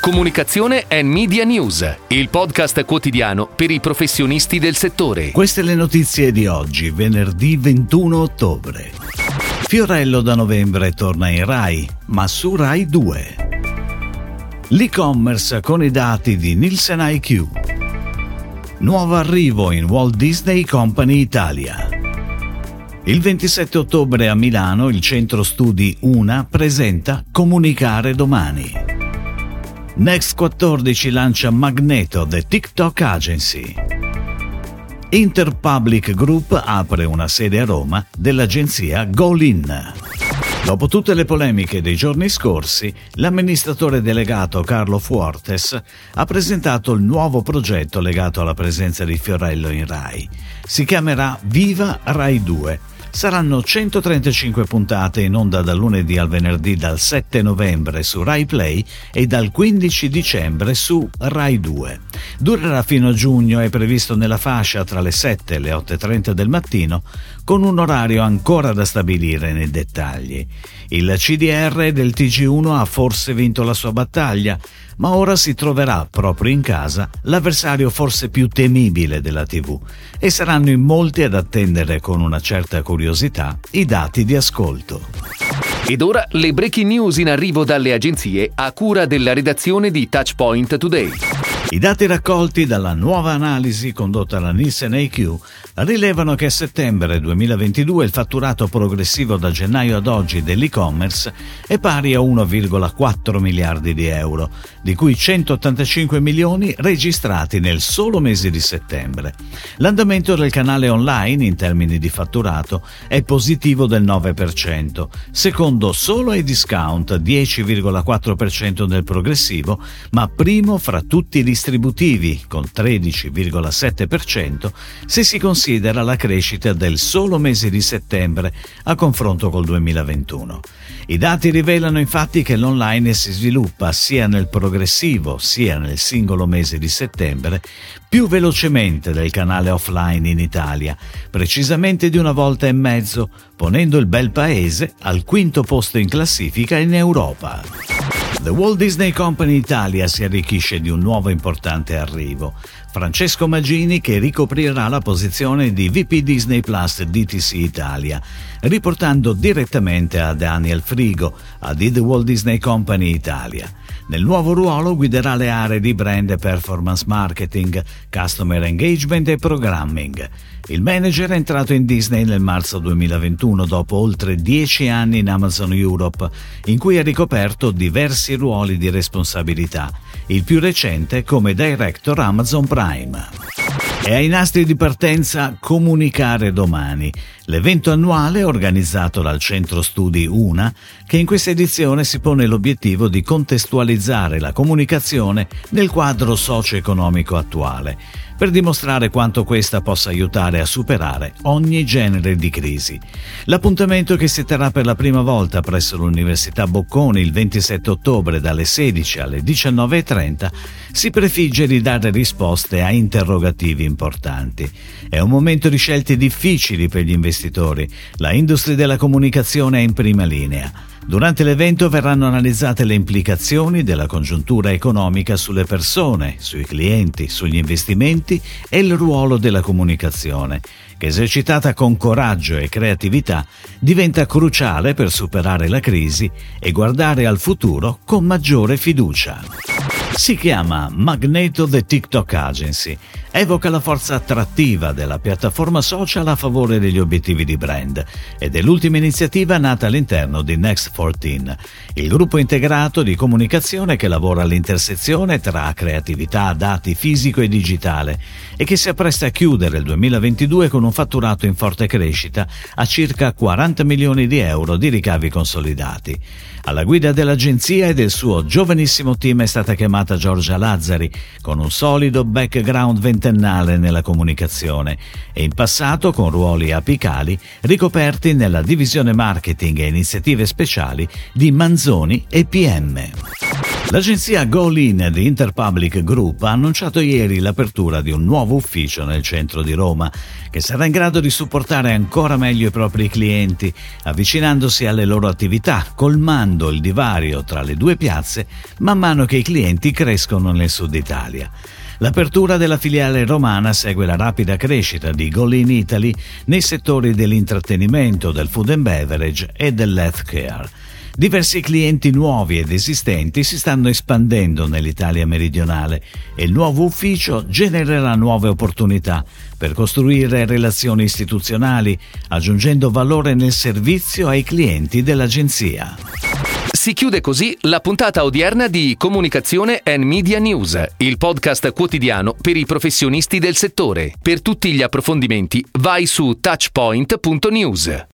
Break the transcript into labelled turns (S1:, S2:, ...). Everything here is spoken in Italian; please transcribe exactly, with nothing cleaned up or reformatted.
S1: Comunicazione and Media News, il podcast quotidiano per i professionisti del settore.
S2: Queste le notizie di oggi, venerdì ventuno ottobre. Fiorello da novembre torna in Rai, ma su Rai due. L'e-commerce con i dati di Nielsen I Q. Nuovo arrivo in Walt Disney Company Italia. Il ventisette ottobre a Milano il centro studi UNA presenta Comunicare Domani. Next quattordici lancia Magneto, The TikTok Agency. Interpublic Group apre una sede a Roma dell'agenzia Golin. Dopo tutte le polemiche dei giorni scorsi, l'amministratore delegato Carlo Fuortes ha presentato il nuovo progetto legato alla presenza di Fiorello in Rai. Si chiamerà Viva Rai due. Saranno centotrentacinque puntate in onda dal lunedì al venerdì dal sette novembre su Rai Play e dal quindici dicembre su Rai due. Durerà fino a giugno, è previsto nella fascia tra le sette e le otto e trenta del mattino, con un orario ancora da stabilire nei dettagli. Il C D R del T G uno ha forse vinto la sua battaglia, ma ora si troverà proprio in casa l'avversario forse più temibile della tivù e saranno in molti ad attendere con una certa curiosità i dati di ascolto.
S1: Ed ora le breaking news in arrivo dalle agenzie a cura della redazione di Touchpoint Today.
S2: I dati raccolti dalla nuova analisi condotta da Nielsen I Q rilevano che a settembre duemilaventidue il fatturato progressivo da gennaio ad oggi dell'e-commerce è pari a uno virgola quattro miliardi di euro, di cui centottantacinque milioni registrati nel solo mese di settembre. L'andamento del canale online in termini di fatturato è positivo del nove per cento, secondo solo ai discount dieci virgola quattro per cento del progressivo, ma primo fra tutti i distributivi con tredici virgola sette per cento se si considera la crescita del solo mese di settembre a confronto col duemilaventuno. I dati rivelano infatti che l'online si sviluppa sia nel progressivo sia nel singolo mese di settembre più velocemente del canale offline in Italia, precisamente di una volta e mezzo, ponendo il bel paese al quinto posto in classifica in Europa. The Walt Disney Company Italia si arricchisce di un nuovo importante arrivo. Francesco Magini, che ricoprirà la posizione di V P Disney Plus D T C Italia, riportando direttamente a Daniel Frigo, a The Walt Disney Company Italia. Nel nuovo ruolo guiderà le aree di brand e performance marketing, customer engagement e programming. Il manager è entrato in Disney nel marzo duemilaventuno dopo oltre dieci anni in Amazon Europe, in cui ha ricoperto diversi ruoli di responsabilità, il più recente come Director Amazon Prime. E ai nastri di partenza Comunicare Domani, l'evento annuale organizzato dal centro studi UNA, che in questa edizione si pone l'obiettivo di contestualizzare la comunicazione nel quadro socio-economico attuale, per dimostrare quanto questa possa aiutare a superare ogni genere di crisi. L'appuntamento, che si terrà per la prima volta presso l'Università Bocconi il ventisette ottobre dalle sedici alle diciannove e trenta, si prefigge di dare risposte a interrogativi importanti. È un momento di scelte difficili per gli investitori. La industria della comunicazione è in prima linea. Durante l'evento verranno analizzate le implicazioni della congiuntura economica sulle persone, sui clienti, sugli investimenti e il ruolo della comunicazione, che esercitata con coraggio e creatività diventa cruciale per superare la crisi e guardare al futuro con maggiore fiducia. Si chiama Magneto The TikTok Agency. Evoca la forza attrattiva della piattaforma social a favore degli obiettivi di brand ed è l'ultima iniziativa nata all'interno di Next quattordici, il gruppo integrato di comunicazione che lavora all'intersezione tra creatività, dati fisico e digitale e che si appresta a chiudere il duemilaventidue con un fatturato in forte crescita a circa quaranta milioni di euro di ricavi consolidati. Alla guida dell'agenzia e del suo giovanissimo team è stata chiamata Giorgia Lazzari, con un solido background ventennale nella comunicazione e in passato con ruoli apicali ricoperti nella divisione marketing e iniziative speciali di Manzoni e P M. L'agenzia Go-Lean di Interpublic Group ha annunciato ieri l'apertura di un nuovo ufficio nel centro di Roma, che sarà in grado di supportare ancora meglio i propri clienti, avvicinandosi alle loro attività, colmando il divario tra le due piazze man mano che i clienti crescono nel sud Italia. L'apertura della filiale romana segue la rapida crescita di Go-Lean Italy nei settori dell'intrattenimento, del food and beverage e dell'healthcare. Diversi clienti nuovi ed esistenti si stanno espandendo nell'Italia meridionale e il nuovo ufficio genererà nuove opportunità per costruire relazioni istituzionali, aggiungendo valore nel servizio ai clienti dell'agenzia.
S1: Si chiude così la puntata odierna di Comunicazione and Media News, il podcast quotidiano per i professionisti del settore. Per tutti gli approfondimenti vai su touchpoint punto news.